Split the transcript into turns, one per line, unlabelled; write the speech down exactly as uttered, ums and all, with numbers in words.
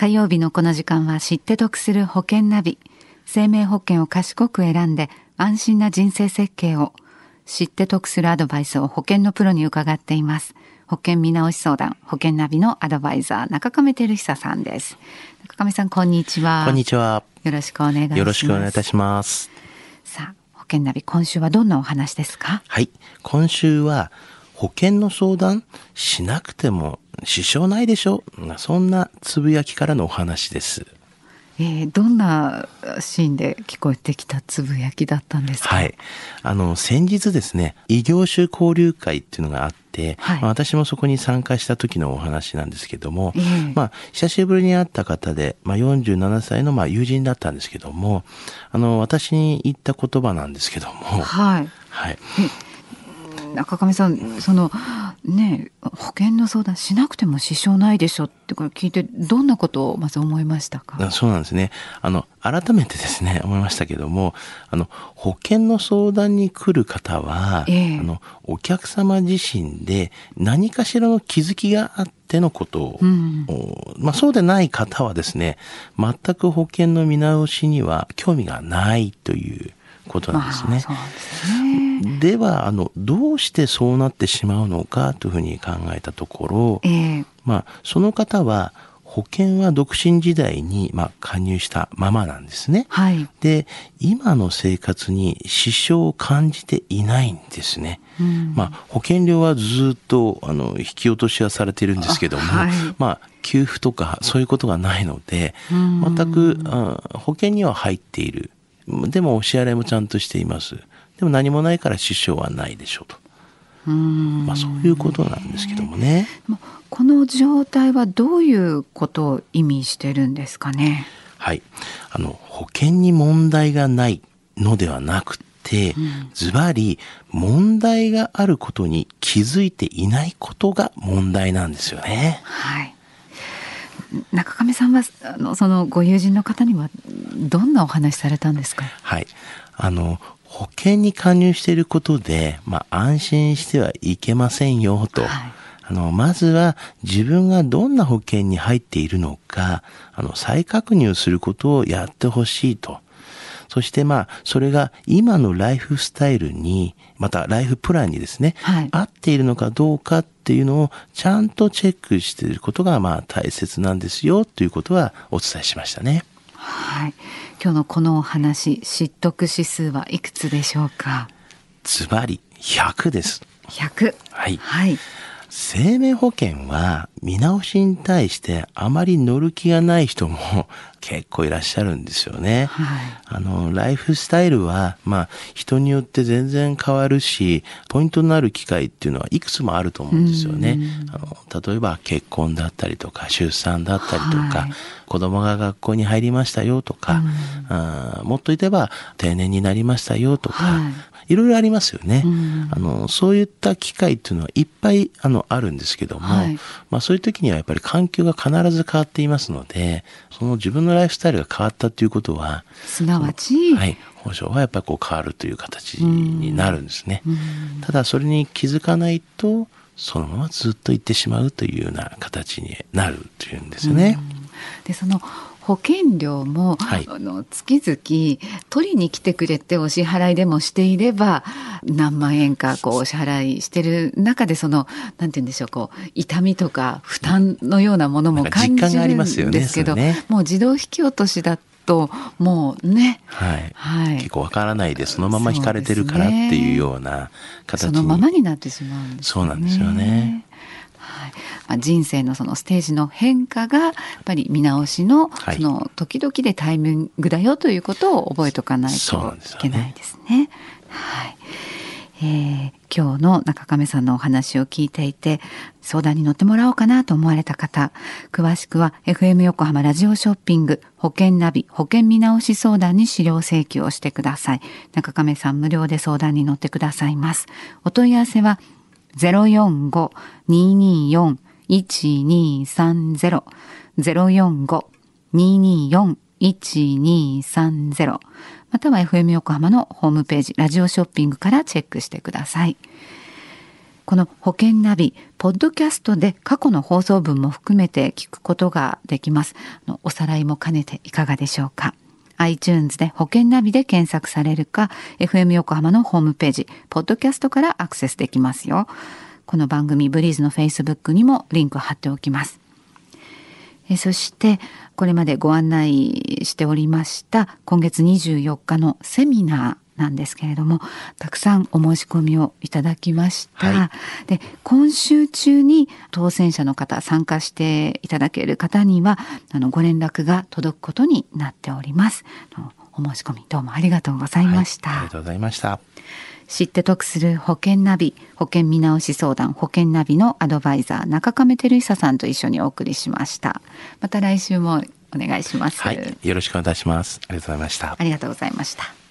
火曜日のこの時間は知って得する保険ナビ。生命保険を賢く選んで安心な人生設計を、知って得するアドバイスを保険のプロに伺っています。保険見直し相談、保険ナビのアドバイザー、中亀照久さんです。中亀さん、こんにちは。
こんにちは。
よろしくお願いします。
よろしくお願いいたします。
さあ、保険ナビ、今週はどんなお話ですか？
はい、今週は保険の相談しなくても支障ないでしょ、そんなつぶやきからのお話です。
えー、どんなシーンで聞こえてきたつぶやきだったんですか？
はい、あの先日ですね、異業種交流会っていうのがあって、はい、まあ、私もそこに参加した時のお話なんですけども、えーまあ、久しぶりに会った方で、まあ、よんじゅうななさいのまあ友人だったんですけども、あの私に言った言葉なんですけども、
はい、
はい、
中亀さん、そのね、保険の相談しなくても支障ないでしょってこれ聞いて、どんなことをまず思いましたか？
そうなんですね。あの改めてですね思いましたけども、あの保険の相談に来る方は、えー、あのお客様自身で何かしらの気づきがあってのことを、うん、まあ、そうでない方はですね、全く保険の見直しには興味がないということなんですね。まあ、そうですね。ではあのどうしてそうなってしまうのかというふうに考えたところ、えーまあ、その方は保険は独身時代に、まあ、加入したままなんですね。はい、で今の生活に支障を感じていないんですね。うんまあ、保険料はずっとあの引き落としはされているんですけども、はい、まあ、給付とかそういうことがないので、全くあ保険には入っている。でもお支払いもちゃんとしています。でも何もないから支障はないでしょうと。うーん、まあ、そういうことなんですけどもね。
この状態はどういうことを意味してるんですかね？
はい、あの保険に問題がないのではなくて、ズバリ問題があることに気づいていないことが問題なんですよね。
はい。中亀さんはあのそのご友人の方にはどんなお話されたんですか？
はい、あの保険に加入していることで、まあ、安心してはいけませんよと、はい、あのまずは自分がどんな保険に入っているのか、あの再確認することをやってほしいと。そしてまあそれが今のライフスタイルに、またライフプランにですね、はい、合っているのかどうかっていうのをちゃんとチェックしていることがまあ大切なんですよということはお伝えしましたね。
はい、今日のこのお話、知得指数はいくつでしょうか？
ズバリひゃくです。
ひゃく。
はい。はい。生命保険は見直しに対してあまり乗る気がない人も結構いらっしゃるんですよね。はい、あのライフスタイルはまあ人によって全然変わるし、ポイントになる機会っていうのはいくつもあると思うんですよね。あの例えば結婚だったりとか出産だったりとか、はい、子供が学校に入りましたよとか、あもっと言えば定年になりましたよとか、はい、いろいろありますよね。あのそういった機会っていうのはいっぱいあのあるんですけども、はい、まあ、そういう時にはやっぱり環境が必ず変わっていますので、その自分のライフスタイルが変わったということは、
すなわち、
はい、保証はやっぱりこう変わるという形になるんですね。ただそれに気づかないとそのままずっと行ってしまうというような形になるというんですよね。
でその保険料も、はい、あの月々取りに来てくれてお支払いでもしていれば何万円かこうお支払いしてる中で、そのなんて言うんでしょう、こう痛みとか負担のようなものも感じるんですけど、ね、もう自動引き落としだともうね、はい
はい、結構わからないでそのまま引かれてるからっていうような形に、
そのままになってしまうんですね。
そうなんですよね。
はい、まあ、人生のそのステージの変化がやっぱり見直しのその時々でタイミングだよということを覚えておかないといけないですね。はい、えー、今日の中亀さんのお話を聞いていて相談に乗ってもらおうかなと思われた方、詳しくは エフエム 横浜ラジオショッピング保険ナビ保険見直し相談に資料請求をしてください。中亀さん無料で相談に乗ってくださいます。お問い合わせは ゼロよんご にーにーよん いちにーさんゼロ ゼロよんご にーにーよん いちにーさんゼロ、または エフエム 横浜のホームページラジオショッピングからチェックしてください。 この保険ナビポッドキャストで過去の放送分も含めて聞くことができます。おさらいも兼ねていかがでしょうか。iTunes で保険ナビで検索されるか エフエム 横浜のホームページポッドキャストからアクセスできますよ。この番組ブリーズの Facebook にもリンク貼っておきます。えそしてこれまでご案内しておりました今月にじゅうよっかのセミナーなんですけれども、たくさんお申し込みをいただきました、はい、で今週中に当選者の方参加していただける方にはあのご連絡が届くことになっております。お申し込みどうもありがとうございました、
はい、ありがとうございました。
知って得する保険ナビ保険見直し相談保険ナビのアドバイザー中亀照久さんと一緒にお送りしました。また来週もお願いします。
はい、よろしくお願いします。ありがとうございました。
ありがとうございました。